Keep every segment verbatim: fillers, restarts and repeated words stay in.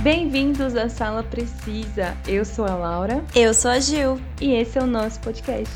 Bem-vindos à Sala Precisa. Eu sou a Laura. Eu sou a Gil. E esse é o nosso podcast.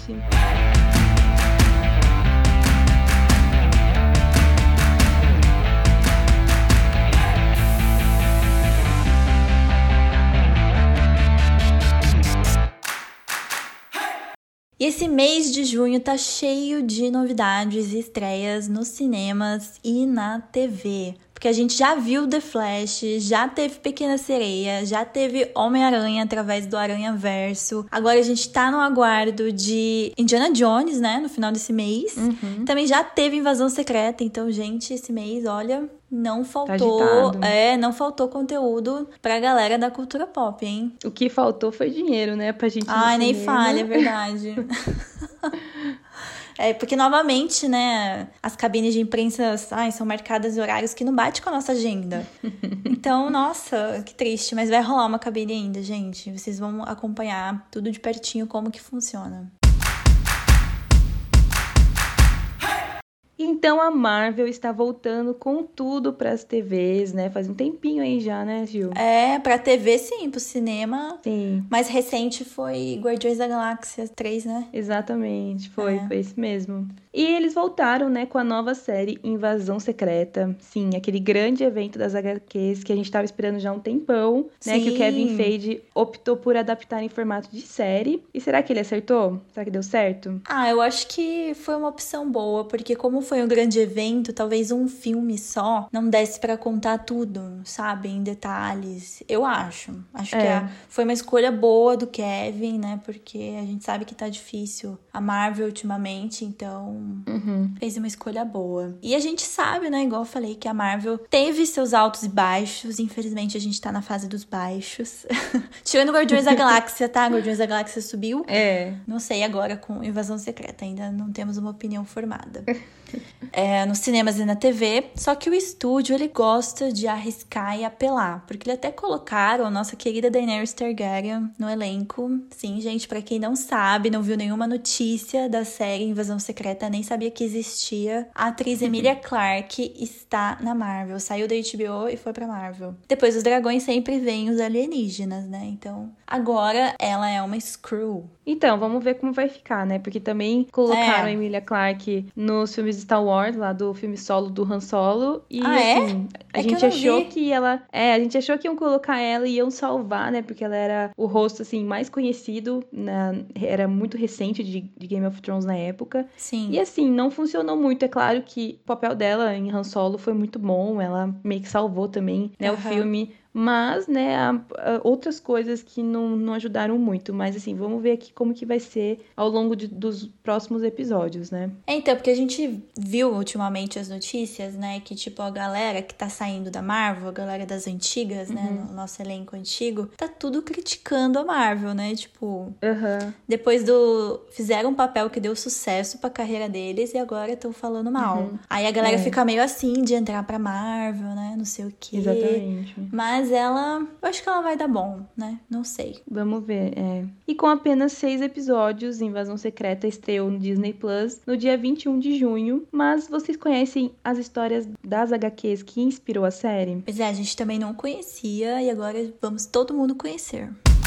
E esse mês de junho tá cheio de novidades e estreias nos cinemas e na T V. Porque a gente já viu The Flash, já teve Pequena Sereia, já teve Homem-Aranha através do Aranhaverso. Agora a gente tá no aguardo de Indiana Jones, né? No final desse mês. Uhum. Também já teve Invasão Secreta. Então, gente, esse mês, olha, não faltou... Tá é, não faltou conteúdo pra galera da cultura pop, hein? O que faltou foi dinheiro, né? Pra gente ir no Ai, nem cinema. falha, é verdade. É, porque, novamente, né, as cabines de imprensa ai, são marcadas em horários que não bate com a nossa agenda. Então, nossa, que triste. Mas vai rolar uma cabine ainda, gente. Vocês vão acompanhar tudo de pertinho como que funciona. Então a Marvel está voltando com tudo pras T Vs, né? Faz um tempinho aí já, né, Gil? É, pra T V sim, pro cinema. Sim. Mais recente foi Guardiões da Galáxia três, né? Exatamente, foi, É. foi isso mesmo. E eles voltaram, né, com a nova série Invasão Secreta. Sim, aquele grande evento das H Qs que a gente tava esperando já há um tempão, né? Sim. Que o Kevin Feige optou por adaptar em formato de série. E será que ele acertou? Será que deu certo? Ah, eu acho que foi uma opção boa, porque como foi um grande evento, talvez um filme só não desse pra contar tudo, sabe? Em detalhes. Eu acho. Acho É. que a- foi uma escolha boa do Kevin, né? Porque a gente sabe que tá difícil a Marvel ultimamente, então Uhum. fez uma escolha boa. E a gente sabe, né? Igual eu falei, que a Marvel teve seus altos e baixos. Infelizmente, a gente tá na fase dos baixos. Tirando Guardiões da Galáxia, tá? Guardiões da Galáxia subiu. É. Não sei agora com Invasão Secreta, ainda não temos uma opinião formada. É, nos cinemas e na T V, só que o estúdio ele gosta de arriscar e apelar, porque ele até colocaram a nossa querida Daenerys Targaryen no elenco. Sim, gente, pra quem não sabe, não viu nenhuma notícia da série Invasão Secreta, nem sabia que existia, a atriz Emilia Clarke está na Marvel, saiu da H B O e foi pra Marvel. Depois dos dragões sempre vêm os alienígenas, né? Então, agora ela é uma Skrull. Então, vamos ver como vai ficar, né? Porque também colocaram É. a Emilia Clarke nos filmes de Star Wars, lá do filme solo do Han Solo. E Ah, é? assim, a É que gente eu não achou vi. que ela. É, a gente achou que iam colocar ela e iam salvar, né? Porque ela era o rosto, assim, mais conhecido. Na, era muito recente de, de Game of Thrones na época. Sim. E assim, não funcionou muito. É claro que o papel dela em Han Solo foi muito bom. Ela meio que salvou também, né, o Aham. filme. Mas, né, há, há outras coisas que não, não ajudaram muito. Mas, assim, vamos ver aqui como que vai ser ao longo de- dos próximos episódios, né? É, então, porque a gente viu ultimamente as notícias, né, que tipo a galera que tá saindo da Marvel, a galera das antigas, né, Uhum. no nosso elenco antigo, tá tudo criticando a Marvel, né, tipo, Aham. depois do... fizeram um papel que deu sucesso pra carreira deles e agora estão falando mal. Uhum. Aí a galera É. fica meio assim de entrar pra Marvel, né, não sei o quê. Exatamente. Mas ela, eu acho que ela vai dar bom, né, não sei. Vamos ver, é. E com apenas seis episódios, Invasão Secreta estreou no Disney Plus no dia vinte e um de junho. Mas vocês conhecem as histórias das H Qs que inspirou a série? Pois é, a gente também não conhecia e agora vamos todo mundo conhecer.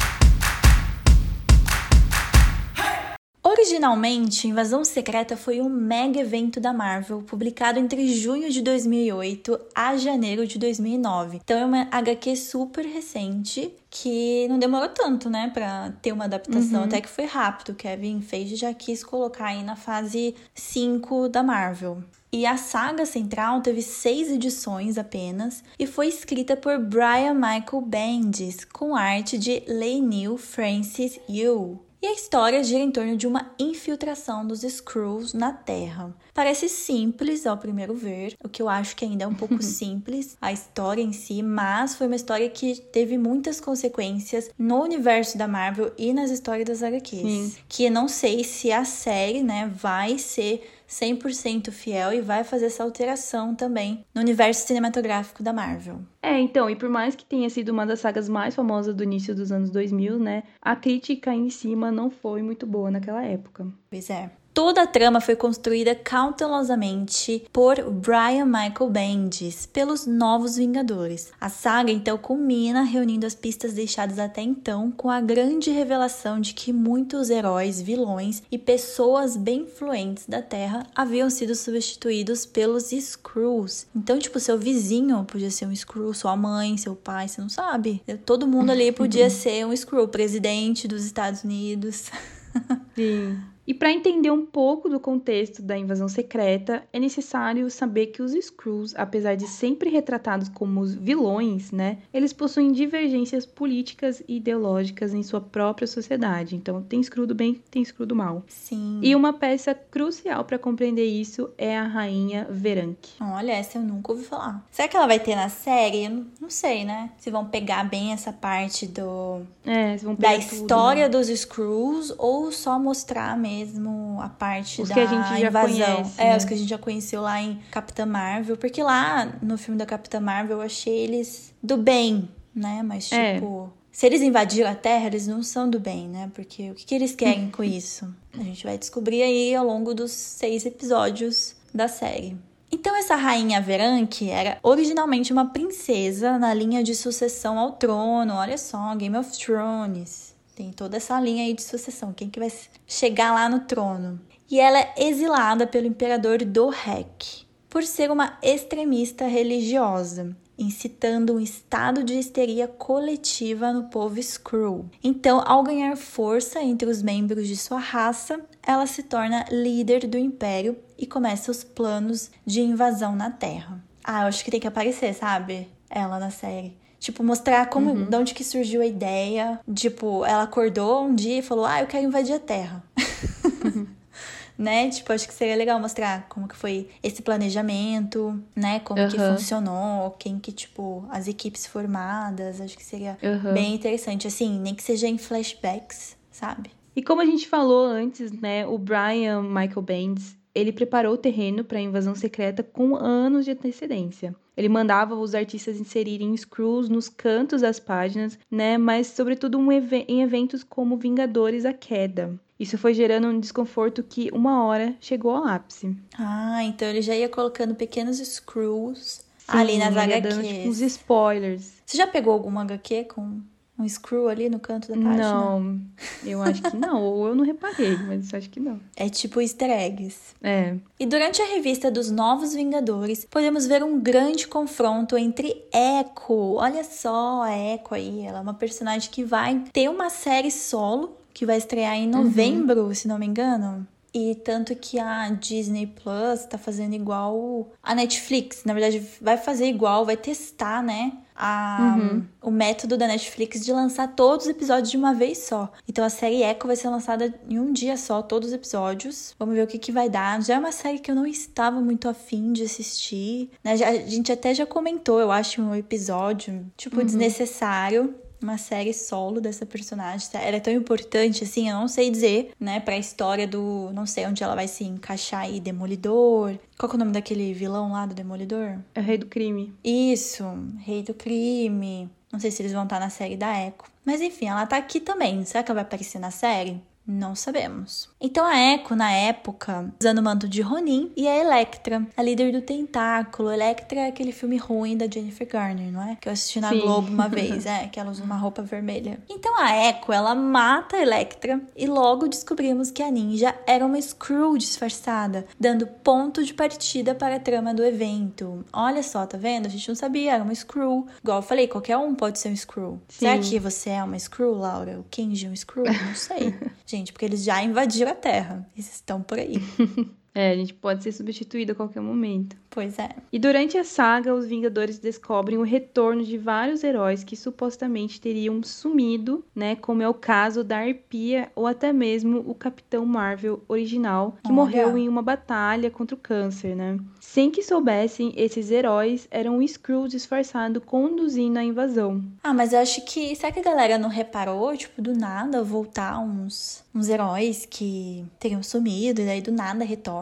Originalmente, Invasão Secreta foi um mega evento da Marvel, publicado entre junho de dois mil e oito a janeiro de dois mil e nove. Então é uma H Q super recente, que não demorou tanto, né, pra ter uma adaptação, Uhum. até que foi rápido. Kevin Feige já quis colocar aí na fase cinco da Marvel. E a saga central teve seis edições apenas e foi escrita por Brian Michael Bendis, com arte de Leinil Francis Yu. E a história gira em torno de uma infiltração dos Skrulls na Terra. Parece simples ao primeiro ver, o que eu acho que ainda é um pouco simples, a história em si, mas foi uma história que teve muitas consequências no universo da Marvel e nas histórias das H Qs. Sim. Que eu não sei se a série, né, vai ser cem por cento fiel e vai fazer essa alteração também no universo cinematográfico da Marvel. É, então, e por mais que tenha sido uma das sagas mais famosas do início dos anos dois mil, né, a crítica em cima não foi muito boa naquela época. Pois é. Toda a trama foi construída cautelosamente por Brian Michael Bendis pelos Novos Vingadores. A saga então culmina reunindo as pistas deixadas até então com a grande revelação de que muitos heróis, vilões e pessoas bem influentes da Terra haviam sido substituídos pelos Skrulls. Então, tipo, seu vizinho podia ser um Skrull, sua mãe, seu pai, você não sabe. Todo mundo ali podia ser um Skrull, presidente dos Estados Unidos. Sim. E para entender um pouco do contexto da invasão secreta, é necessário saber que os Skrulls, apesar de sempre retratados como os vilões, né, eles possuem divergências políticas e ideológicas em sua própria sociedade. Então, tem Skrull do bem, tem Skrull do mal. Sim. E uma peça crucial para compreender isso é a rainha Veranke. Olha, essa eu nunca ouvi falar. Será que ela vai ter na série? Eu não, não sei, né? Se vão pegar bem essa parte do é, vão pegar da história tudo, né? Dos Skrulls ou só mostrar mesmo mesmo a parte os da que a gente já invasão. Conhece, é, né? Os que a gente já conheceu lá em Capitã Marvel. Porque lá no filme da Capitã Marvel eu achei eles do bem, né? Mas tipo, é. se eles invadiram a Terra, eles não são do bem, né? Porque o que, que eles querem com isso? A gente vai descobrir aí ao longo dos seis episódios da série. Então essa rainha Veranke era originalmente uma princesa na linha de sucessão ao trono. Olha só, Game of Thrones. Tem toda essa linha aí de sucessão. Quem que vai chegar lá no trono? E ela é exilada pelo imperador Dorek por ser uma extremista religiosa, incitando um estado de histeria coletiva no povo Skrull. Então, ao ganhar força entre os membros de sua raça, ela se torna líder do império e começa os planos de invasão na Terra. Ah, eu acho que tem que aparecer, sabe? Ela na série. Tipo, mostrar como, uhum. de onde que surgiu a ideia. Tipo, ela acordou um dia e falou, ah, eu quero invadir a Terra. Uhum. Né? Tipo, acho que seria legal mostrar como que foi esse planejamento, né? Como uhum. que funcionou, quem que, tipo, as equipes formadas. Acho que seria uhum. bem interessante. Assim, nem que seja em flashbacks, sabe? E como a gente falou antes, né? O Brian Michael Bendis, ele preparou o terreno para a invasão secreta com anos de antecedência. Ele mandava os artistas inserirem Skrulls nos cantos das páginas, né? Mas, sobretudo, um ev- em eventos como Vingadores: A Queda. Isso foi gerando um desconforto que, uma hora, chegou ao ápice. Ah, então ele já ia colocando pequenos Skrulls Sim, ali nas ia H Qs. Dando, tipo, uns spoilers. Você já pegou alguma H Q com um Skrull ali no canto da página? Não, eu acho que não. Ou eu não reparei, mas acho que não. É tipo easter eggs. É. E durante a revista dos Novos Vingadores, podemos ver um grande confronto entre Echo. Olha só a Echo aí. Ela é uma personagem que vai ter uma série solo, que vai estrear em novembro, uhum. se não me engano. E tanto que a Disney Plus tá fazendo igual a Netflix. Na verdade, vai fazer igual, vai testar, né? A, uhum. o método da Netflix de lançar todos os episódios de uma vez só. Então a série Echo vai ser lançada em um dia só, todos os episódios. Vamos ver o que, que vai dar. Já é uma série que eu não estava muito afim de assistir, né? Já, a gente até já comentou, eu acho, um episódio, tipo, uhum. desnecessário. Uma série solo dessa personagem. Ela é tão importante, assim, eu não sei dizer, né? Pra história do... Não sei onde ela vai se encaixar aí. Demolidor. Qual que é o nome daquele vilão lá do Demolidor? É o Rei do Crime. Isso. Rei do Crime. Não sei se eles vão estar na série da Echo. Mas enfim, ela tá aqui também. Será que ela vai aparecer na série? Não sabemos. Então a Echo, na época, usando o manto de Ronin, e a Elektra, a líder do Tentáculo. Elektra é aquele filme ruim da Jennifer Garner, não é? Que eu assisti na Sim. Globo uma vez, é, que ela usa uma roupa vermelha. Então a Echo, ela mata a Elektra e logo descobrimos que a ninja era uma Skrull disfarçada, dando ponto de partida para a trama do evento. Olha só, tá vendo? A gente não sabia, era uma Skrull. Igual eu falei, qualquer um pode ser um Skrull. Sim. Será que você é uma Skrull, Laura? O Kenji é um Skrull? Não sei. Gente, porque eles já invadiram a Terra. Eles estão por aí. É, a gente pode ser substituído a qualquer momento. Pois é. E durante a saga, os Vingadores descobrem o retorno de vários heróis que supostamente teriam sumido, né? Como é o caso da Arpia ou até mesmo o Capitão Marvel original, que Olha. morreu em uma batalha contra o câncer, né? Sem que soubessem, esses heróis eram o Skrull disfarçado conduzindo a invasão. Ah, mas eu acho que... Será que a galera não reparou, tipo, do nada voltar uns, uns heróis que teriam sumido e daí do nada retornam?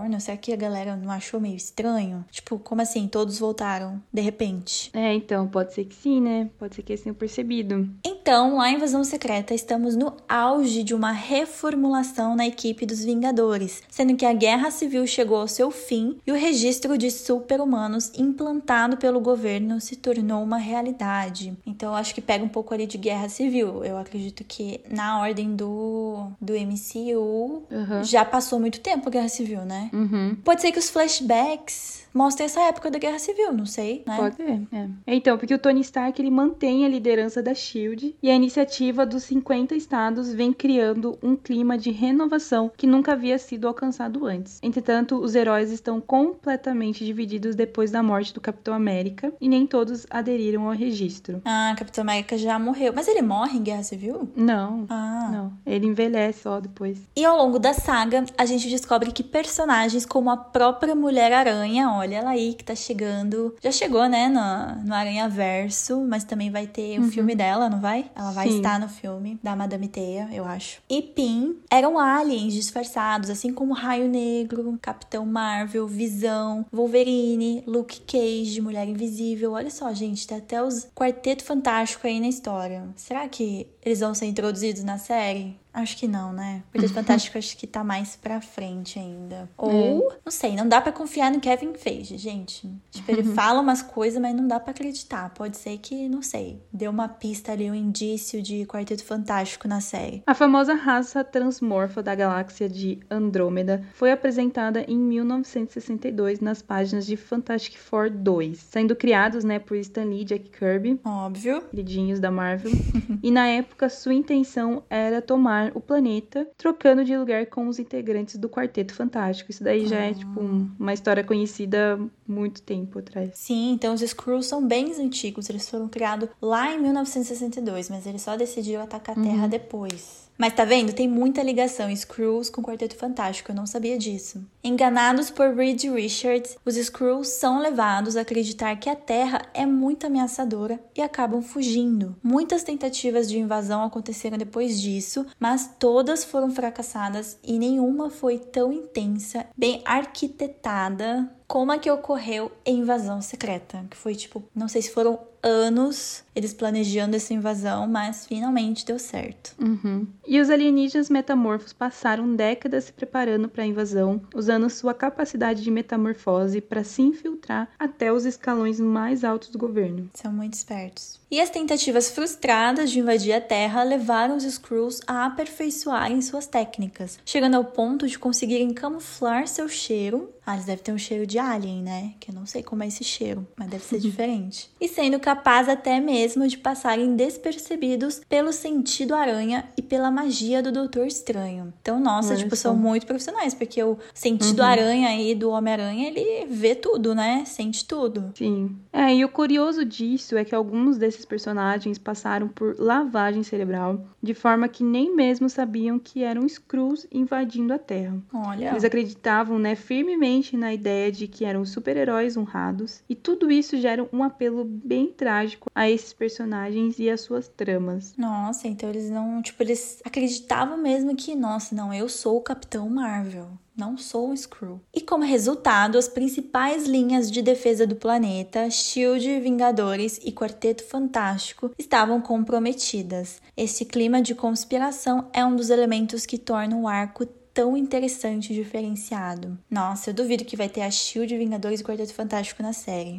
retornam? Será que a galera não achou meio estranho? Tipo, como assim? Todos voltaram de repente? É, então, pode ser que sim, né? Pode ser que eles tenham percebido. Então, lá em Invasão Secreta, estamos no auge de uma reformulação na equipe dos Vingadores, sendo que a Guerra Civil chegou ao seu fim e o registro de super-humanos implantado pelo governo se tornou uma realidade. Então, eu acho que pega um pouco ali de Guerra Civil. Eu acredito que na ordem do, do M C U Uhum. já passou muito tempo a Guerra Civil, né? Uhum. Pode ser que os flashbacks mostrem essa época da Guerra Civil, não sei, né? Pode ser, é. Então, porque o Tony Stark, ele mantém a liderança da SHIELD e a iniciativa dos cinquenta estados vem criando um clima de renovação que nunca havia sido alcançado antes. Entretanto, os heróis estão completamente divididos depois da morte do Capitão América e nem todos aderiram ao registro. Ah, Capitão América já morreu. Mas ele morre em Guerra Civil? Não, Ah. não. Ele envelhece só depois. E ao longo da saga, a gente descobre que personagens como a própria Mulher-Aranha, olha ela aí que tá chegando, já chegou, né, no, no Aranhaverso, mas também vai ter o Uhum. filme dela, não vai? Ela vai Sim. estar no filme da Madame Teia, eu acho. E Pym eram aliens disfarçados, assim como Raio Negro, Capitão Marvel, Visão, Wolverine, Luke Cage, Mulher Invisível. Olha só, gente, tem até os Quarteto Fantástico aí na história. Será que eles vão ser introduzidos na série? Acho que não, né? O Quarteto Fantástico acho que tá mais pra frente ainda. Ou, não sei, não dá pra confiar no Kevin Feige, gente. Tipo, ele fala umas coisas, mas não dá pra acreditar. Pode ser que, não sei, deu uma pista ali, um indício de Quarteto Fantástico na série. A famosa raça transmorfa da galáxia de Andrômeda foi apresentada em mil novecentos e sessenta e dois nas páginas de Fantastic Four dois, sendo criados, né, por Stan Lee e Jack Kirby, Óbvio. queridinhos da Marvel. E na época, sua intenção era tomar o planeta, trocando de lugar com os integrantes do Quarteto Fantástico. Isso daí já é, tipo, um- uma história conhecida há muito tempo atrás. Sim, então os Skrulls são bem antigos. Eles foram criados lá em mil novecentos e sessenta e dois, mas eles só decidiram atacar a Terra depois. Mas tá vendo? Tem muita ligação Skrulls com o Quarteto Fantástico, eu não sabia disso. Enganados por Reed Richards, os Skrulls são levados a acreditar que a Terra é muito ameaçadora e acabam fugindo. Muitas tentativas de invasão aconteceram depois disso, mas todas foram fracassadas e nenhuma foi tão intensa, bem arquitetada como a que ocorreu em Invasão Secreta, que foi tipo, não sei se foram anos eles planejando essa invasão, mas finalmente deu certo. Uhum. E os alienígenas metamorfos passaram décadas se preparando para a invasão, usando sua capacidade de metamorfose para se infiltrar até os escalões mais altos do governo. São muito espertos. E as tentativas frustradas de invadir a Terra levaram os Skrulls a aperfeiçoarem suas técnicas, chegando ao ponto de conseguirem camuflar seu cheiro. Ah, eles devem ter um cheiro de alien, né? Que eu não sei como é esse cheiro, mas deve ser diferente. E sendo capaz até mesmo de passarem despercebidos pelo sentido aranha e pela magia do Doutor Estranho. Então, nossa, Olha tipo, só. são muito profissionais, porque o sentido Uhum. aranha aí do Homem-Aranha, ele vê tudo, né? Sente tudo. Sim. É, e o curioso disso é que alguns desses personagens passaram por lavagem cerebral, de forma que nem mesmo sabiam que eram Skrulls invadindo a Terra. Olha. Eles acreditavam, né, firmemente na ideia de que eram super-heróis honrados, e tudo isso gera um apelo bem trágico a esses personagens e às suas tramas. Nossa, então eles não, tipo, eles acreditavam mesmo que, nossa, não, eu sou o Capitão Marvel, não sou um Skrull. E como resultado, as principais linhas de defesa do planeta, SHIELD, Vingadores e Quarteto Fantástico, estavam comprometidas. Esse clima de conspiração é um dos elementos que torna o arco tão interessante e diferenciado. Nossa, eu duvido que vai ter a SHIELD, Vingadores e Quarteto Fantástico na série.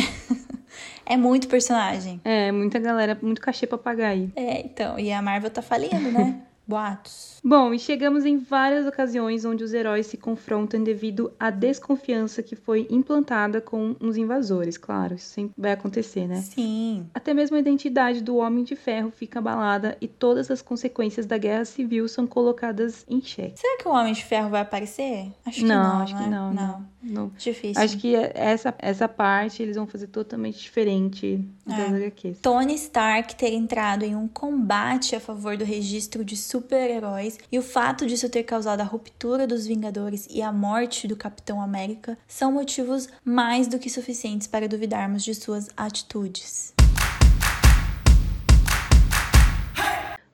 É muito personagem. É, muita galera, muito cachê pra pagar aí. É, então, e a Marvel tá falindo, né? Boatos. Bom, e chegamos em várias ocasiões onde os heróis se confrontam devido à desconfiança que foi implantada com os invasores. Claro, isso sempre vai acontecer, né? Sim. Até mesmo a identidade do Homem de Ferro fica abalada e todas as consequências da Guerra Civil são colocadas em xeque. Será que o Homem de Ferro vai aparecer? Acho que Não, não, acho né? que não, Não. Não. Difícil. Acho que essa, essa parte eles vão fazer totalmente diferente das É. H Qs. Tony Stark ter entrado em um combate a favor do registro de super-heróis e o fato disso ter causado a ruptura dos Vingadores e a morte do Capitão América são motivos mais do que suficientes para duvidarmos de suas atitudes.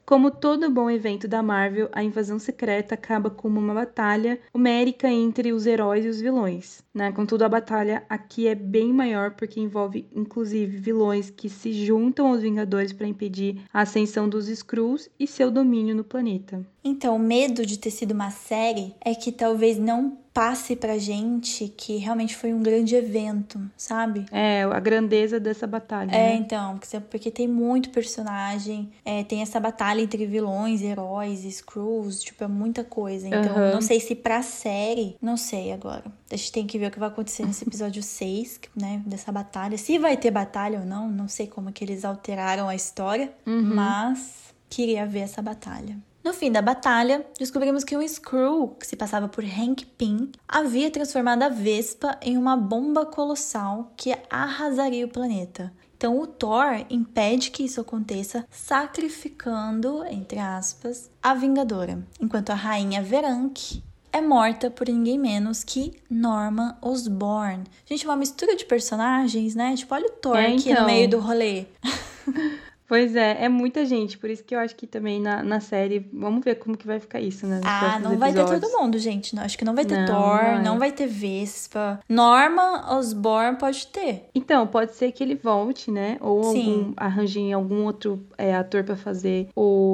Como todo bom evento da Marvel, a Invasão Secreta acaba como uma batalha homérica entre os heróis e os vilões, né? Contudo, a batalha aqui é bem maior porque envolve, inclusive, vilões que se juntam aos Vingadores para impedir a ascensão dos Skrulls e seu domínio no planeta. Então, o medo de ter sido uma série é que talvez não passe pra gente que realmente foi um grande evento, sabe? É, a grandeza dessa batalha, É, né? então, porque tem muito personagem, é, tem essa batalha entre vilões, heróis, Skrulls, tipo, é muita coisa. Então, Uhum. não sei se pra série, não sei agora. A gente tem que ver o que vai acontecer nesse episódio seis, né, dessa batalha. Se vai ter batalha ou não, não sei como que eles alteraram a história, Uhum. mas queria ver essa batalha. No fim da batalha, descobrimos que um Skrull, que se passava por Hank Pym, havia transformado a Vespa em uma bomba colossal que arrasaria o planeta. Então o Thor impede que isso aconteça, sacrificando, entre aspas, a Vingadora, enquanto a rainha Veranke é morta por ninguém menos que Norman Osborn. Gente, uma mistura de personagens, né? Tipo, olha o Thor É, aqui então. no meio do rolê. Pois é, é muita gente, por isso que eu acho que também na, na série, vamos ver como que vai ficar isso, né? Nos Ah, próximos não vai ter episódios. todo mundo, gente. Não, acho que não vai ter Não, Thor, não vai. não vai ter Vespa. Norman Osborn pode ter. Então, pode ser que ele volte, né? Ou Sim. algum, arranjem algum outro é, ator pra fazer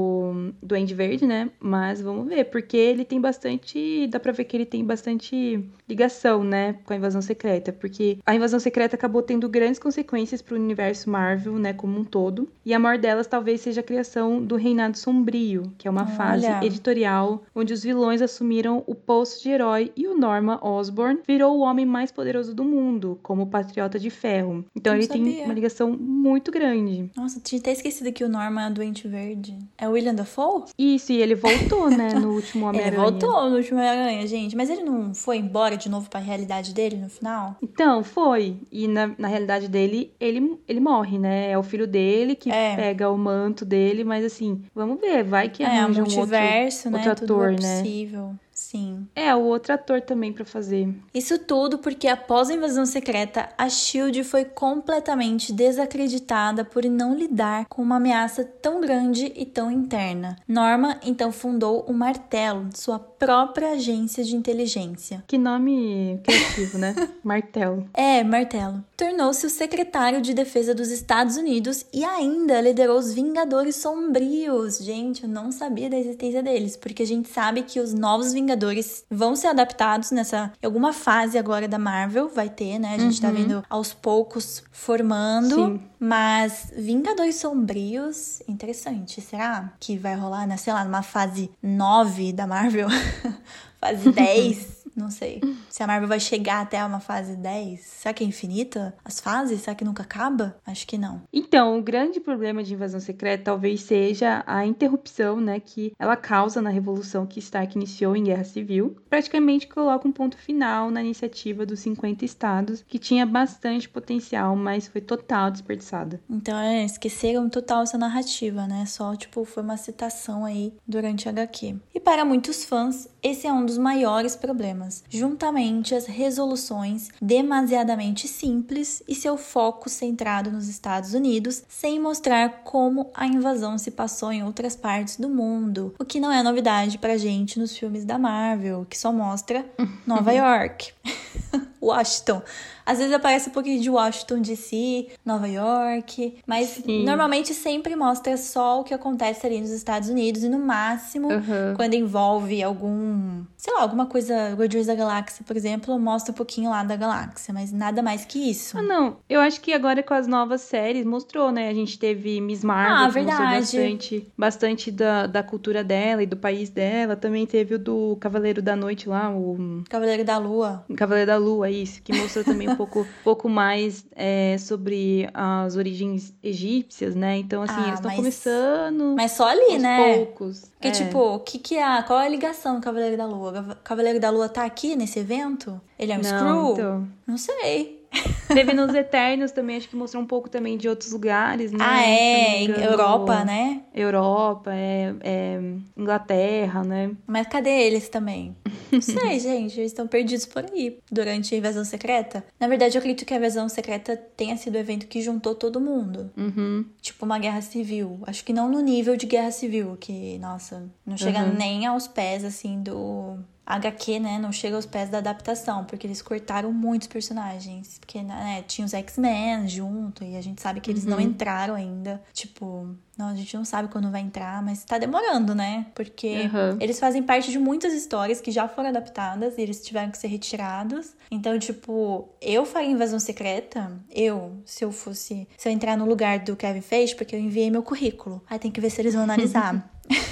o Duende Verde, né? Mas vamos ver, porque ele tem bastante... Dá pra ver que ele tem bastante ligação, né? Com a Invasão Secreta. Porque a Invasão Secreta acabou tendo grandes consequências pro universo Marvel, né? Como um todo. E a maior delas talvez seja a criação do Reinado Sombrio, que é uma Olha. fase editorial onde os vilões assumiram o posto de herói e o Norman Osborn virou o homem mais poderoso do mundo, como patriota de ferro. Então Não ele sabia. tem uma ligação muito grande. Nossa, tinha até esquecido que o Norman é doente verde. É o William Dafoe? Isso, e ele voltou, né, no último Ele Homem-Aranha. voltou no último Homem-Aranha, gente. Mas ele não foi embora de novo pra realidade dele no final? Então, foi. E na, na realidade dele, ele, ele morre, né? É o filho dele que É. pega o manto dele, mas assim, vamos ver, vai que É, arranja um multiverso, outro, né? outro Tudo ator, é né? possível. Sim. É, o outro ator também pra fazer. Isso tudo porque após a invasão secreta, a SHIELD foi completamente desacreditada por não lidar com uma ameaça tão grande e tão interna. Norman então fundou o Martelo, sua própria agência de inteligência. Que nome criativo, né? Martelo. É, Martelo. Tornou-se o secretário de defesa dos Estados Unidos e ainda liderou os Vingadores Sombrios. Gente, eu não sabia da existência deles, porque a gente sabe que os novos Vingadores vão ser adaptados nessa em alguma fase agora da Marvel, vai ter, né? A gente tá vendo aos poucos formando. Sim. Mas Vingadores Sombrios, interessante. Será que vai rolar, né? Sei lá, numa fase nove da Marvel? Fase dez? Não sei. Se a Marvel vai chegar até uma fase dez. Será que é infinita as fases? Será que nunca acaba? Acho que não. Então, o grande problema de Invasão Secreta talvez seja a interrupção, né, que ela causa na revolução que Stark iniciou em Guerra Civil. Praticamente coloca um ponto final na iniciativa dos cinquenta estados, que tinha bastante potencial, mas foi total desperdiçada. Então, é, esqueceram total essa narrativa, né? Só, tipo, foi uma citação aí durante a agá quê. E para muitos fãs, esse é um dos maiores problemas. Juntamente as resoluções demasiadamente simples e seu foco centrado nos Estados Unidos, sem mostrar como a invasão se passou em outras partes do mundo, o que não é novidade pra gente nos filmes da Marvel, que só mostra Nova York. Washington. Às vezes aparece um pouquinho de Washington D C, Nova York, mas Sim. normalmente sempre mostra só o que acontece ali nos Estados Unidos e no máximo, Uhum. quando envolve algum, sei lá, alguma coisa, Guardiões da Galáxia, por exemplo, mostra um pouquinho lá da galáxia, mas nada mais que isso. Ah, não. Eu acho que agora com as novas séries mostrou, né? A gente teve Miss Marvel, Ah, que mostrou verdade. bastante, bastante da, da cultura dela e do país dela. Também teve o do Cavaleiro da Noite lá, o Cavaleiro da Lua. Cavaleiro da Lua, isso, que mostrou também um pouco, pouco mais é, sobre as origens egípcias, né? Então, assim, Ah, eles estão mas- começando Mas só ali, aos né? poucos. Porque, É. tipo, o que que é, a- qual é a ligação do Cavaleiro da Lua? O Cavaleiro da Lua tá aqui nesse evento? Ele é um Não, Skrull? então. Não sei. Teve nos Eternos também, acho que mostrou um pouco também de outros lugares, né? Ah, é, engano, Europa, né? Europa, é, é Inglaterra, né? Mas cadê eles também? Não sei, gente, eles estão perdidos por aí durante a Invasão Secreta. Na verdade, eu acredito que a Invasão Secreta tenha sido o evento que juntou todo mundo. Uhum. Tipo uma guerra civil. Acho que não no nível de guerra civil, que, nossa, não chega Uhum. nem aos pés, assim, do H Q, né? Não chega aos pés da adaptação, porque eles cortaram muitos personagens. Porque, né, tinha os X-Men junto, e a gente sabe que eles Uhum. não entraram ainda. Tipo, não, a gente não sabe quando vai entrar, mas tá demorando, né? Porque Uhum. eles fazem parte de muitas histórias que já foram adaptadas e eles tiveram que ser retirados. Então, tipo, eu faria Invasão Secreta, eu, se eu fosse, se eu entrar no lugar do Kevin Feige, porque eu enviei meu currículo. Aí tem que ver se eles vão analisar.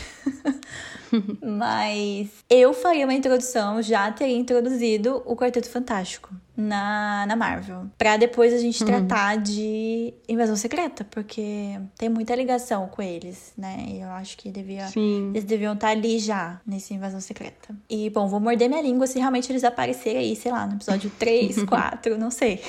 Mas eu faria uma introdução, já teria introduzido o Quarteto Fantástico na, na Marvel. Pra depois a gente tratar de Invasão Secreta, porque tem muita ligação com eles, né? E eu acho que devia, Sim. eles deviam estar ali já, nesse Invasão Secreta. E, bom, vou morder minha língua se realmente eles aparecerem aí, sei lá, no episódio três, quatro, não sei.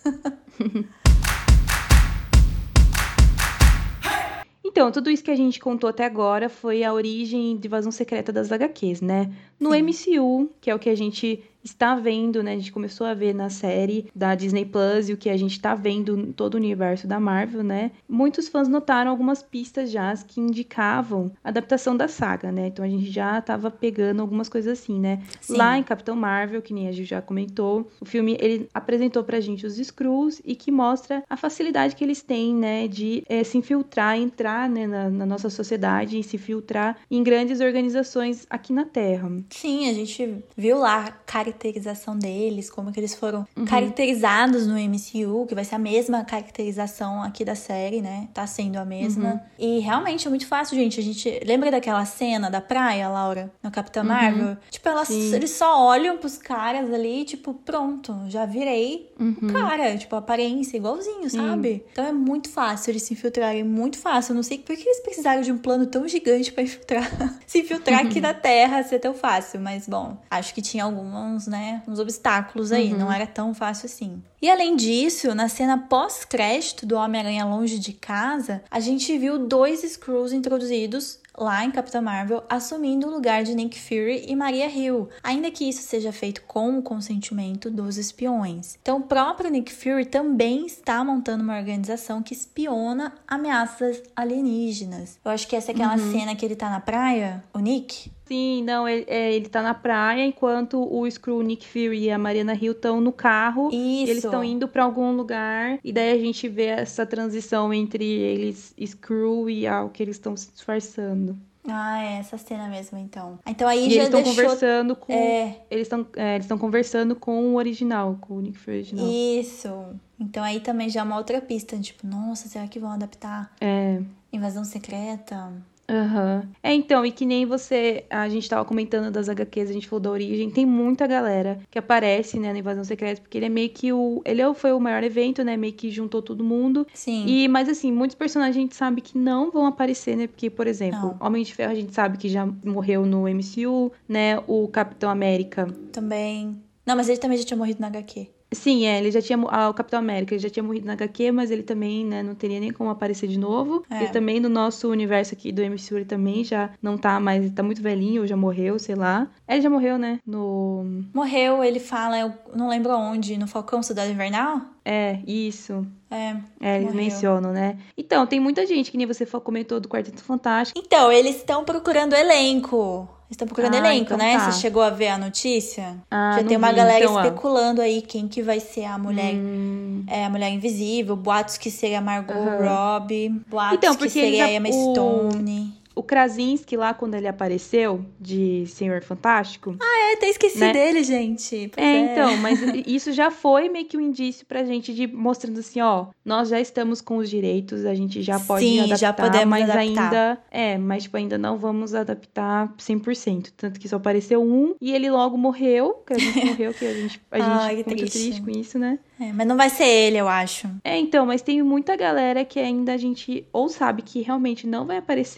Então, tudo isso que a gente contou até agora foi a origem de Invasão Secreta das H Qs, né? No Sim. M C U, que é o que a gente está vendo, né? A gente começou a ver na série da Disney Plus e o que a gente está vendo em todo o universo da Marvel, né? Muitos fãs notaram algumas pistas já que indicavam a adaptação da saga, né? Então a gente já estava pegando algumas coisas assim, né? Sim. Lá em Capitão Marvel, que nem a gente já comentou, o filme ele apresentou pra gente os Skrulls e que mostra a facilidade que eles têm, né? De é, se infiltrar, entrar né, na, na nossa sociedade e se filtrar em grandes organizações aqui na Terra. Sim, a gente viu lá a caracterização deles, como que eles foram uhum. caracterizados no M C U, que vai ser a mesma caracterização aqui da série, né? Tá sendo a mesma. Uhum. E realmente é muito fácil, gente. A gente lembra daquela cena da praia, Laura, no Capitão uhum. Marvel? Tipo, elas, eles só olham pros caras ali, tipo, pronto, já virei uhum. o cara. Tipo, a aparência igualzinho, Sim. sabe? Então é muito fácil eles se infiltrarem, muito fácil. Eu não sei por que eles precisaram de um plano tão gigante pra infiltrar, se infiltrar aqui na Terra, ser tão fácil. Mas, bom, acho que tinha alguns, né, uns obstáculos aí. Uhum. Não era tão fácil assim. E, além disso, na cena pós-crédito do Homem-Aranha Longe de Casa, a gente viu dois Skrulls introduzidos lá em Capitã Marvel, assumindo o lugar de Nick Fury e Maria Hill, ainda que isso seja feito com o consentimento dos espiões. Então, o próprio Nick Fury também está montando uma organização que espiona ameaças alienígenas. Eu acho que essa é aquela uhum. cena que ele tá na praia, o Nick... Sim, não, ele, é, ele tá na praia, enquanto o Skrull, Nick Fury e a Mariana Hill estão no carro. Isso. E eles estão indo pra algum lugar. E daí a gente vê essa transição entre eles, Skrull e o que eles estão se disfarçando. Ah, é essa cena mesmo, então. Então aí e já eles estão deixou... conversando com... É... Eles estão é, eles estão conversando com o original, com o Nick Fury original. Isso. Então aí também já é uma outra pista. Tipo, nossa, será que vão adaptar? É. Invasão Secreta... Aham. Uhum. É, então, e que nem você, a gente tava comentando das H Qs, a gente falou da origem, tem muita galera que aparece, né, na Invasão Secreta, porque ele é meio que o, ele foi o maior evento, né, meio que juntou todo mundo. Sim. E, mas assim, muitos personagens a gente sabe que não vão aparecer, né, porque, por exemplo, não. Homem de Ferro a gente sabe que já morreu no M C U, né, o Capitão América. Também. Não, mas ele também já tinha morrido na H Q. Sim, é, ele já tinha, ah, o Capitão América, ele já tinha morrido na H Q, mas ele também, né, não teria nem como aparecer de novo. É. Ele também, no nosso universo aqui do M C U, ele também já não tá mais, ele tá muito velhinho, ou já morreu, sei lá. Ele já morreu, né, no... Morreu, ele fala, eu não lembro onde, no Falcão Cidade Invernal? É, isso. É, É, eles morreu. mencionam, né? Então, tem muita gente, que nem você comentou do Quarteto Fantástico. Então, eles estão procurando elenco. Estão procurando ah, elenco, então né? tá. Você chegou a ver a notícia? Ah, Já não tem uma vi, galera então, especulando ó. aí quem que vai ser a mulher, hum. é, a mulher invisível, boatos que seria a Margot uhum. Robbie, boatos então, que seria a Emma o... Stone. O Krasinski lá, quando ele apareceu, de Senhor Fantástico... Ah, é, até esqueci né? dele, gente. É, é, então, mas isso já foi meio que um indício pra gente, de mostrando assim, ó, nós já estamos com os direitos, a gente já pode Sim, adaptar, já podemos mas adaptar. ainda... É, mas tipo, ainda não vamos adaptar cem por cento. Tanto que só apareceu um, e ele logo morreu, que a gente morreu, que a gente, a gente Ai, ficou muito triste com isso, né? É, mas não vai ser ele, eu acho. É, então, mas tem muita galera que ainda a gente ou sabe que realmente não vai aparecer das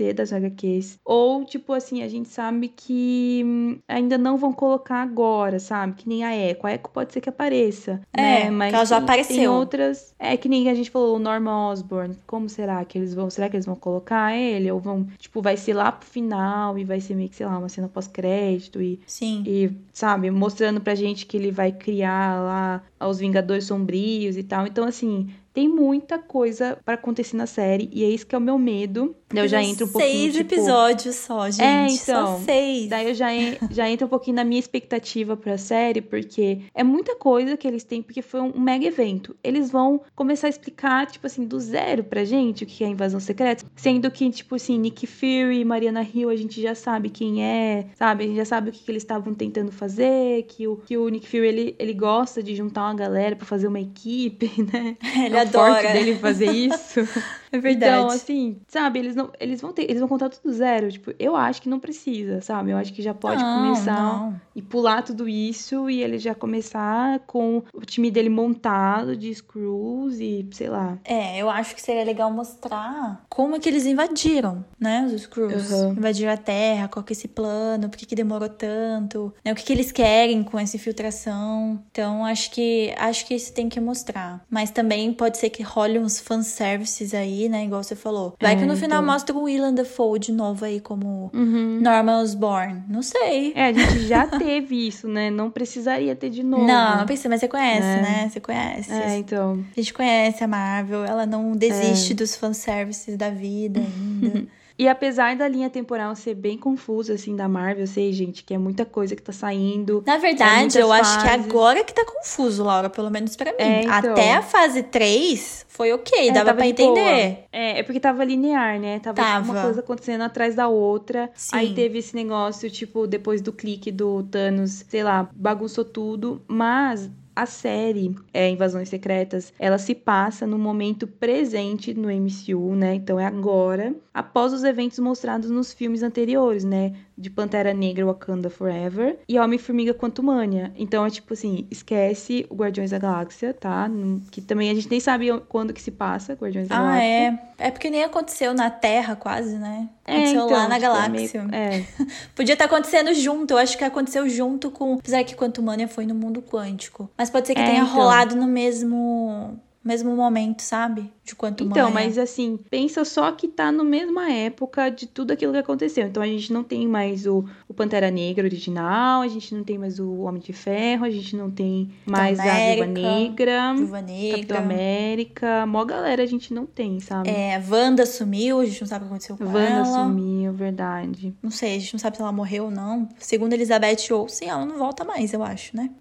H Qs. Ou, tipo assim, a gente sabe que hum, ainda não vão colocar agora, sabe? Que nem a Echo. A Echo pode ser que apareça, É, né? Mas que ela já tem, tem apareceu. outras... É que nem a gente falou, o Norman Osborn. Como será que eles vão... Será que eles vão colocar ele? Ou vão... Tipo, vai ser lá pro final e vai ser meio que, sei lá, uma cena pós-crédito e... Sim. E, sabe, mostrando pra gente que ele vai criar lá os Vingadores Sombrios e tal. Então, assim... Tem muita coisa pra acontecer na série. E é isso que é o meu medo. Daí eu já entro um pouquinho, Seis tipo... episódios só, gente. É, então. Só seis. Daí eu já, en- já entro um pouquinho na minha expectativa pra série. Porque é muita coisa que eles têm. Porque foi um mega evento. Eles vão começar a explicar, tipo assim, do zero pra gente o que é Invasão Secreta. Sendo que, tipo assim, Nick Fury, Mariana Hill, a gente já sabe quem é. Sabe? A gente já sabe o que, que eles estavam tentando fazer. Que o, que o Nick Fury, ele, ele gosta de juntar uma galera pra fazer uma equipe, né? Ele É o adora. forte dele fazer isso. É verdade. Então, assim, sabe, eles não, eles vão ter, eles vão contar tudo do zero, tipo, eu acho que não precisa, sabe? Eu acho que já pode Não, começar não. e pular tudo isso e ele já começar com o time dele montado de Skrulls e, sei lá. É, eu acho que seria legal mostrar como é que eles invadiram, né, os Skrulls. Uhum. Invadiram a Terra, qual que é esse plano, por que que demorou tanto, né, o que que eles querem com essa infiltração. Então, acho que, acho que isso tem que mostrar. Mas também pode ser que role uns fanservices aí, né, igual você falou. Vai É, que no final então. mostra o Willem Dafoe de novo aí como Uhum. Norman Osborn. Não sei. É, a gente já teve isso, né? Não precisaria ter de novo. Não, não precisa, mas você conhece, É. né? Você conhece. É, então. A gente conhece a Marvel, ela não desiste dos fanservices da vida ainda. E apesar da linha temporal ser bem confusa, assim, da Marvel, eu sei, gente, que é muita coisa que tá saindo. Na é verdade, muitas eu acho que fases. agora que tá confuso, Laura, pelo menos pra mim. É, então. Até a fase três foi ok, É, dava tava pra de entender. boa. É, é porque tava linear, né? Tava, tipo, Tava. uma coisa acontecendo atrás da outra. Sim. Aí teve esse negócio, tipo, depois do clique do Thanos, sei lá, bagunçou tudo. Mas a série é, Invasões Secretas, ela se passa no momento presente no M C U, né? Então é agora, após os eventos mostrados nos filmes anteriores, né? De Pantera Negra, Wakanda Forever e Homem-Formiga Quantumania. Então é tipo assim, esquece o Guardiões da Galáxia, tá? Que também a gente nem sabe quando que se passa, Guardiões da Ah, Galáxia. é. É porque nem aconteceu na Terra, quase, né? É, Aconteceu então, lá na tipo, é galáxia. meio- é. Podia estar acontecendo junto. Eu acho que aconteceu junto com... Apesar que Quantumania foi no mundo quântico. Mas pode ser que É, tenha então. rolado no mesmo... mesmo momento, sabe? De Quantumania. Então, mas assim, pensa só que tá na mesma época de tudo aquilo que aconteceu. Então a gente não tem mais o, o Pantera Negra original, a gente não tem mais o Homem de Ferro, a gente não tem mais a Viúva América, Negra, Viúva Negra. Capitão América. Mó galera a gente não tem, sabe? É, a Wanda sumiu, a gente não sabe o que aconteceu com Wanda ela. sumiu, verdade. Não sei, a gente não sabe se ela morreu ou não. Segundo Elizabeth Olsen, ela não volta mais, eu acho, né?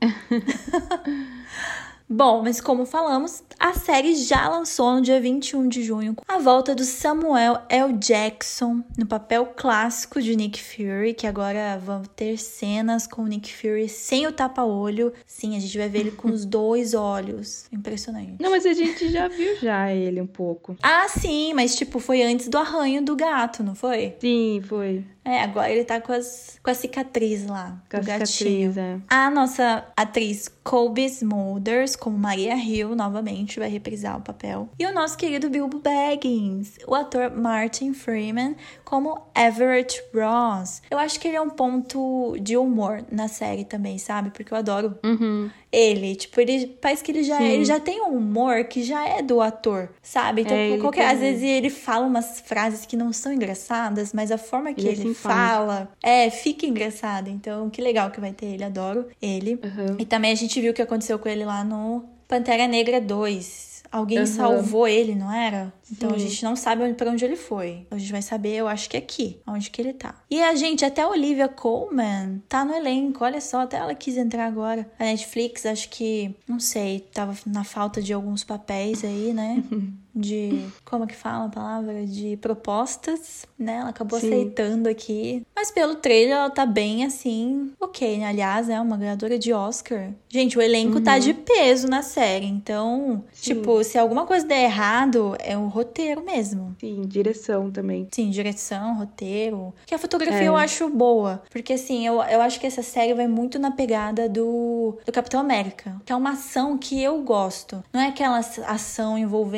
Bom, mas como falamos, a série já lançou no dia vinte e um de junho com a volta do Samuel L. Jackson no papel clássico de Nick Fury, que agora vão ter cenas com o Nick Fury sem o tapa-olho. Sim, a gente vai ver ele com os dois olhos. Impressionante. Não, mas a gente já viu já ele um pouco. Ah, sim, mas tipo, foi antes do arranho do gato, não foi? Sim, foi. É, agora ele tá com, as, com a cicatriz lá, Com a do gatinho. cicatriz, é. A nossa atriz Colby Smulders, como Maria Hill, novamente vai reprisar o papel. E o nosso querido Bilbo Baggins, o ator Martin Freeman, como Everett Ross. Eu acho que ele é um ponto de humor na série também, sabe? Porque eu adoro Uhum. ele. Tipo, ele parece que ele já, Sim. ele já tem um humor que já é do ator, sabe? Então, É, ele qualquer, tem- às vezes ele fala umas frases que não são engraçadas, mas a forma que Ele é ele, simpático. fala é, fica engraçado. Então, que legal que vai ter ele, adoro ele. Uhum. E também a gente viu o que aconteceu com ele lá no Pantera Negra dois. Alguém Uhum. salvou ele, não era? Então a Sim. gente não sabe onde- pra onde ele foi. A gente vai saber, eu acho que aqui, onde que ele tá. E a gente, até a Olivia Colman tá no elenco, olha só, até ela quis entrar agora. A Netflix, acho que, não sei, tava na falta de alguns papéis aí, né? De, como que fala a palavra? De propostas, né? Ela acabou Sim. aceitando aqui. Mas pelo trailer ela tá bem, assim, ok, né? Aliás, é uma ganhadora de Oscar. Gente, o elenco tá de peso na série, então, Sim. tipo, se alguma coisa der errado, é o roteiro mesmo. Sim, direção também. Sim, direção, roteiro. Que a fotografia É. eu acho boa. Porque, assim, eu, eu acho que essa série vai muito na pegada do, do Capitão América. Que é uma ação que eu gosto. Não é aquela ação envolvendo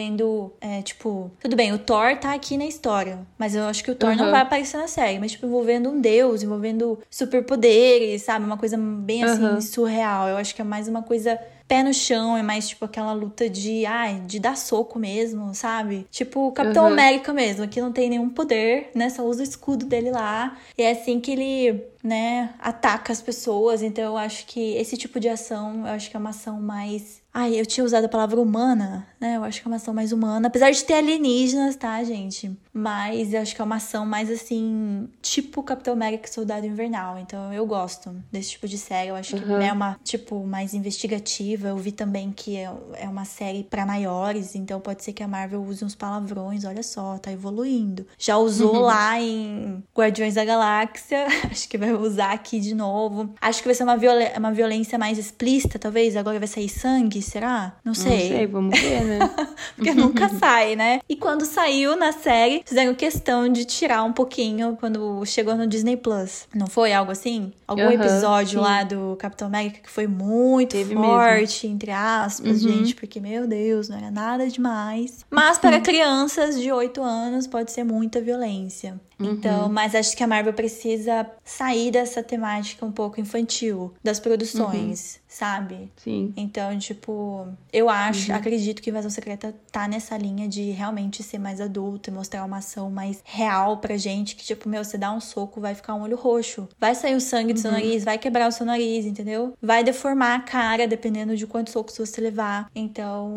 envolvendo, é, tipo... Tudo bem, o Thor tá aqui na história, mas eu acho que o Thor Uhum. não vai aparecer na série. Mas, tipo, envolvendo um deus, envolvendo superpoderes, sabe? Uma coisa bem, assim, Uhum. surreal. Eu acho que é mais uma coisa... pé no chão, é mais tipo aquela luta de, ai, de dar soco mesmo, sabe? Tipo o Capitão Uhum. América mesmo, que não tem nenhum poder, né? Só usa o escudo dele lá. E é assim que ele, né, ataca as pessoas. Então eu acho que esse tipo de ação, eu acho que é uma ação mais... Ai, eu tinha usado a palavra humana, né? Eu acho que é uma ação mais humana. Apesar de ter alienígenas, tá, gente? Mas eu acho que é uma ação mais, assim, tipo Capitão América e Soldado Invernal. Então eu gosto desse tipo de série. Eu acho que Uhum. é uma, tipo, mais investigativa. Eu vi também que é é uma série pra maiores. Então pode ser que a Marvel use uns palavrões. Olha só, tá evoluindo. Já usou lá em Guardiões da Galáxia. Acho que vai usar aqui de novo. Acho que vai ser uma, viola- uma violência mais explícita, talvez. Agora vai sair sangue. Será? Não sei. Não sei, vamos ver, né? Porque nunca sai, né? E quando saiu na série, fizeram questão de tirar um pouquinho quando chegou no Disney Plus. Não foi algo assim? Algum Uhum, episódio sim. lá do Capitão América que foi muito Teve forte, entre aspas, Uhum. gente, porque, meu Deus, não era nada demais. Mas para crianças de oito anos pode ser muita violência. Então, mas acho que a Marvel precisa sair dessa temática um pouco infantil das produções, sabe? Sim. Então, tipo, eu acho, acredito que Invasão Secreta tá nessa linha de realmente ser mais adulto e mostrar uma ação mais real pra gente, que tipo, meu, você dá um soco, vai ficar um olho roxo, vai sair o sangue do seu nariz, vai quebrar o seu nariz, entendeu? Vai deformar a cara, dependendo de quantos socos você levar. Então...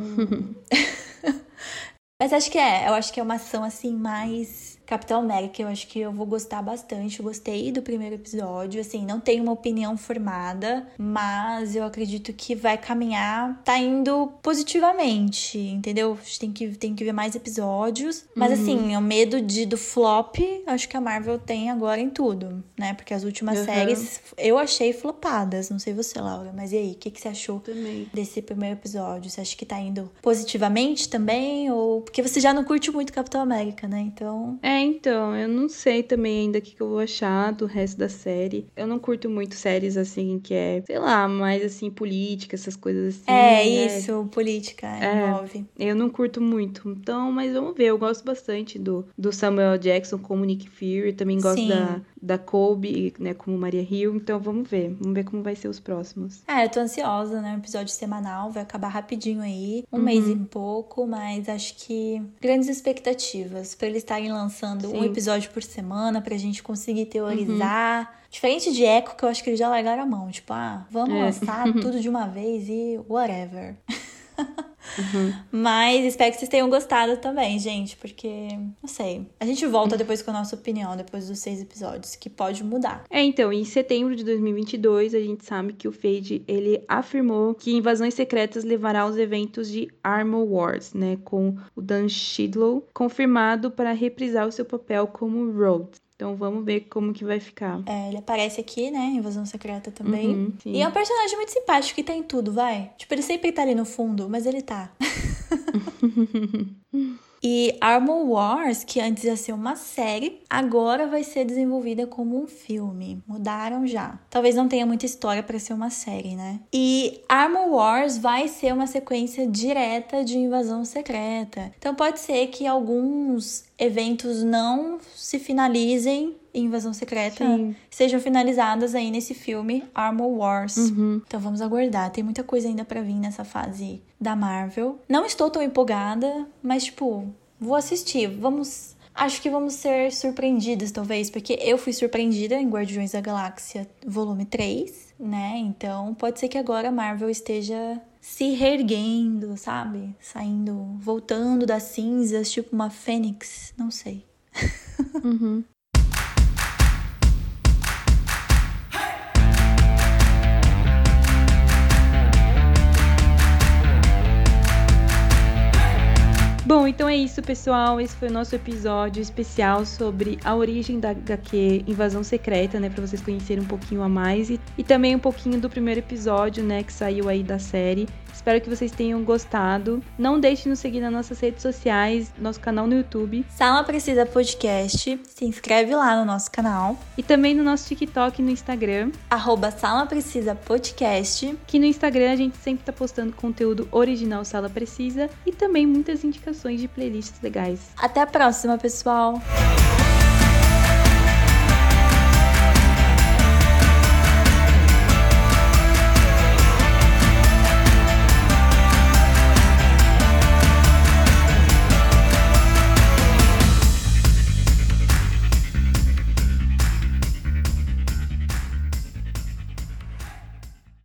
Mas acho que é, eu acho que é uma ação assim mais Capitão América, eu acho que eu vou gostar bastante. Eu gostei do primeiro episódio, assim, não tenho uma opinião formada, mas eu acredito que vai caminhar, tá indo positivamente, entendeu? A gente tem que, tem que ver mais episódios, mas assim, o medo de, do flop, acho que a Marvel tem agora em tudo, né? Porque as últimas Uhum. séries eu achei flopadas, não sei você, Laura, mas e aí, o que, que você achou Também. desse primeiro episódio? Você acha que tá indo positivamente também? Ou porque você já não curte muito Capitão América, né? Então... É, então, eu não sei também ainda o que, que eu vou achar do resto da série. Eu não curto muito séries, assim, que é, sei lá, mais, assim, política, essas coisas assim. É, né? isso, política, É. envolve. Eu não curto muito. Então, mas vamos ver. Eu gosto bastante do, do Samuel Jackson como Nick Fury. Também gosto Sim. da, da Colby, né, como Maria Hill. Então, vamos ver. Vamos ver como vai ser os próximos. É, eu tô ansiosa, né? Um episódio semanal, vai acabar rapidinho aí. Um mês e pouco, mas acho que grandes expectativas pra eles estarem lançando um Sim. episódio por semana pra gente conseguir teorizar. Diferente de Echo, que eu acho que eles já largaram a mão. Tipo, ah, vamos É. lançar tudo de uma vez e whatever. Mas espero que vocês tenham gostado também, gente, porque, não sei, a gente volta depois com a nossa opinião, depois dos seis episódios, que pode mudar. É, então, em setembro de dois mil e vinte e dois, a gente sabe que o Feige, ele afirmou que Invasões Secretas levará aos eventos de Armor Wars, né, com o Dan Shidlow confirmado para reprisar o seu papel como Rhodes. Então vamos ver como que vai ficar. É, ele aparece aqui, né, Invasão Secreta também. Uhum, sim. E é um personagem muito simpático que tá em tudo, vai. Tipo, ele sempre tá ali no fundo, mas ele tá. E Armor Wars, que antes ia ser uma série, agora vai ser desenvolvida como um filme. Mudaram já. Talvez não tenha muita história pra ser uma série, né? E Armor Wars vai ser uma sequência direta de Invasão Secreta. Então pode ser que alguns eventos não se finalizem em Invasão Secreta, Sim. sejam finalizadas aí nesse filme Armor Wars. Uhum. Então vamos aguardar. Tem muita coisa ainda pra vir nessa fase da Marvel. Não estou tão empolgada, mas tipo, vou assistir. Vamos... Acho que vamos ser surpreendidas, talvez, porque eu fui surpreendida em Guardiões da Galáxia volume três, né? Então pode ser que agora a Marvel esteja se reerguendo, sabe? Saindo, voltando das cinzas, tipo uma fênix, não sei. Uhum. Bom, então é isso, pessoal. Esse foi o nosso episódio especial sobre a origem da agá quê Invasão Secreta, né? Pra vocês conhecerem um pouquinho a mais. E, e também um pouquinho do primeiro episódio, né? Que saiu aí da série. Espero que vocês tenham gostado. Não deixe de nos seguir nas nossas redes sociais, nosso canal no YouTube. Sala Precisa Podcast. Se inscreve lá no nosso canal. E também no nosso TikTok e no Instagram. Arroba Sala Precisa Podcast. Que no Instagram a gente sempre tá postando conteúdo original Sala Precisa e também muitas indicações de playlists legais. Até a próxima, pessoal!